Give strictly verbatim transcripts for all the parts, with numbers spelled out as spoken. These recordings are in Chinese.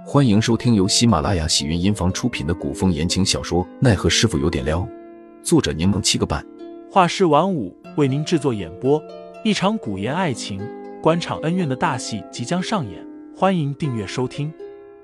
欢迎收听由喜马拉雅喜云音房出品的古风言情小说《奈何师傅有点撩》，作者柠檬七个半， 画师晚舞为您制作演播。一场古言爱情、官场恩怨的大戏即将上演，欢迎订阅收听。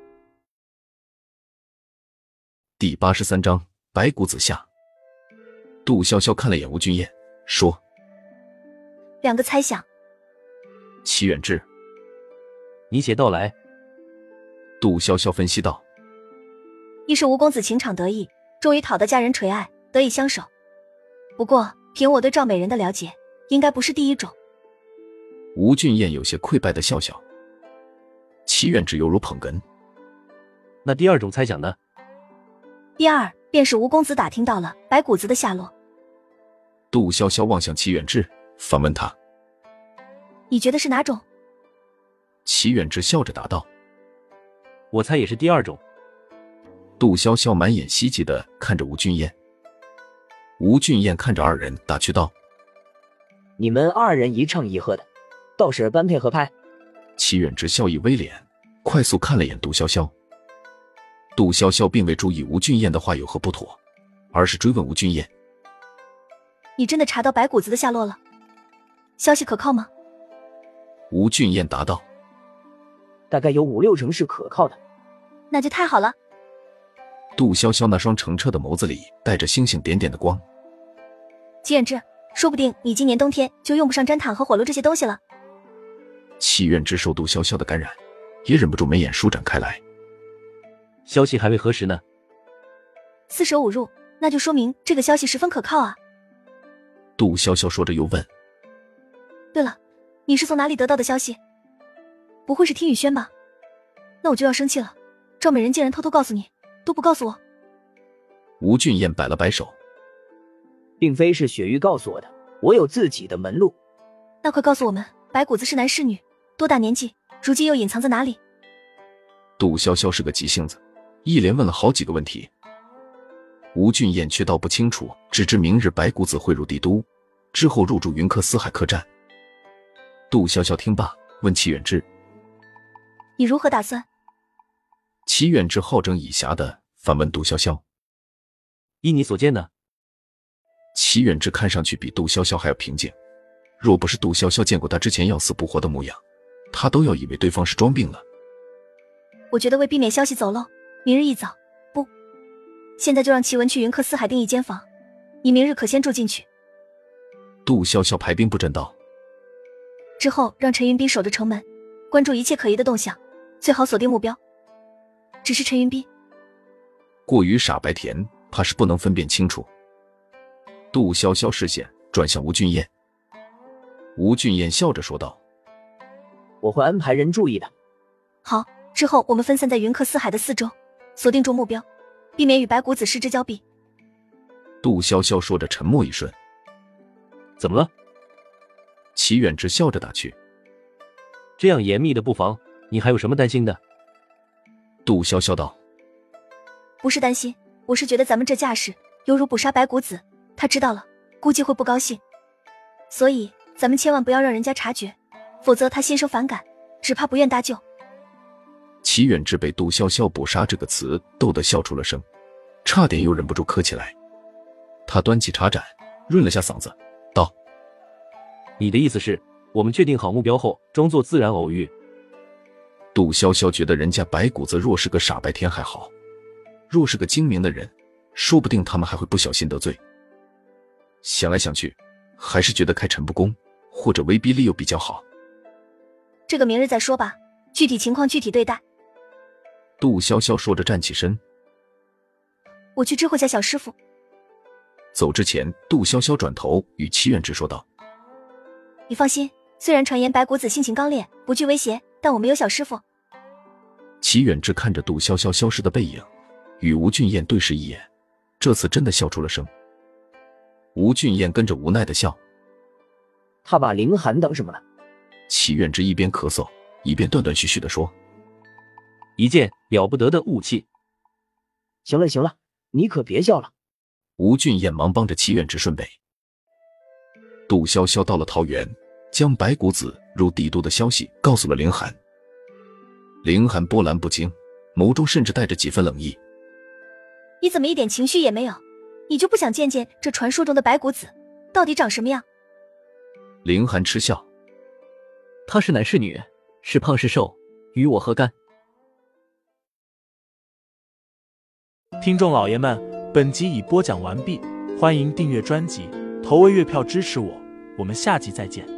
第八十三章白骨子下。杜潇潇看了眼吴俊彦，说： 两个猜想。 齐远志， 你且道来。 杜潇潇分析道： 一是吴公子情场得意，终于讨得佳人垂爱，得以相守。不过凭我对赵美人的了解，应该不是第一种。 吴俊彦有些溃败的笑笑。齐远志犹如捧哏。 那第二种猜想呢？ 第二便是吴公子打听到了白骨子的下落。 杜潇潇望向齐远志，反问他： 你觉得是哪种？ 齐远志笑着答道： 我猜也是第二种。 杜潇潇满眼希冀地看着吴俊彦。吴俊彦看着二人打趣道： 你们二人一唱一和的，倒是般配合拍。 齐远志笑意微敛，快速看了眼杜潇潇。杜潇潇并未注意吴俊彦的话有何不妥，而是追问吴俊彦： 你真的查到白骨子的下落了？消息可靠吗？ 吴俊彦答道： 大概有五六成是可靠的。 那就太好了。 杜潇潇那双澄澈的眸子里带着星星点点的光。 齐远志，说不定你今年冬天就用不上毡毯和火炉这些东西了。 齐远志受杜潇潇的感染，也忍不住眉眼舒展开来。 消息还未核实呢。 四舍五入，那就说明这个消息十分可靠啊。 杜潇潇说着又问： 对了，你是从哪里得到的消息？不会是听雨轩吧？那我就要生气了，赵美人竟然偷偷告诉你，都不告诉我。 吴俊彦摆了摆手： 并非是雪玉告诉我的，我有自己的门路。 那快告诉我们，白骨子是男是女，多大年纪，如今又隐藏在哪里？ 杜潇潇是个急性子，一连问了好几个问题。吴俊彦却道不清楚，只知明日白骨子会入帝都，之后入驻云客四海客栈。杜潇潇听罢，问齐远志： 你如何打算？ 齐远志好整以暇地反问杜潇潇： 依你所见呢？ 齐远志看上去比杜潇潇还要平静，若不是杜潇潇见过他之前要死不活的模样，他都要以为对方是装病了。 我觉得为避免消息走漏，明日一早，不，现在就让齐文去云客四海订一间房，你明日可先住进去。 杜潇潇排兵布阵道： 之后让陈云斌守着城门，关注一切可疑的动向，最好锁定目标。只是陈云斌过于傻白甜，怕是不能分辨清楚。杜潇潇视线转向吴俊彦。吴俊彦笑着说道： 我会安排人注意的。 好，之后我们分散在云客四海的四周，锁定住目标，避免与白骨子失之交臂。 杜潇潇说着沉默一瞬。 怎么了？ 齐远志笑着打趣： 这样严密的布防，你还有什么担心的？ 杜潇潇道： 不是担心，我是觉得咱们这架势犹如捕杀白骨子，他知道了估计会不高兴，所以咱们千万不要让人家察觉，否则他心生反感，只怕不愿搭救。 齐远志被杜潇潇捕杀这个词逗得笑出了声，差点又忍不住咳起来。他端起茶盏润了下嗓子道： 你的意思是我们确定好目标后装作自然偶遇？ 杜潇潇觉得人家白骨子若是个傻白甜还好，若是个精明的人，说不定他们还会不小心得罪。想来想去，还是觉得开诚布公或者威逼利诱比较好。 这个明日再说吧，具体情况具体对待。 杜潇潇说着站起身： 我去知会下小师傅。 走之前，杜潇潇转头与齐远志说道： 你放心，虽然传言白骨子性情刚烈，不惧威胁，但我们有小师傅。 齐远志看着杜潇潇消失的背影，与吴俊彦对视一眼，这次真的笑出了声。吴俊彦跟着无奈的笑： 他把凌寒当什么了？ 齐远志一边咳嗽一边断断续续地说： 一件了不得的武器。 行了行了，你可别笑了。 吴俊彦忙帮着齐远志顺背。杜潇潇到了桃园，将白骨子入帝都的消息告诉了凌寒。凌寒波澜不惊， 眸中甚至带着几分冷意。 你怎么一点情绪也没有？你就不想见见这传说中的白骨子到底长什么样？ 凌寒嗤笑， 她是男是女，是胖是瘦，与我何干？ 听众老爷们，本集已播讲完毕，欢迎订阅专辑，投喂月票支持我，我们下集再见。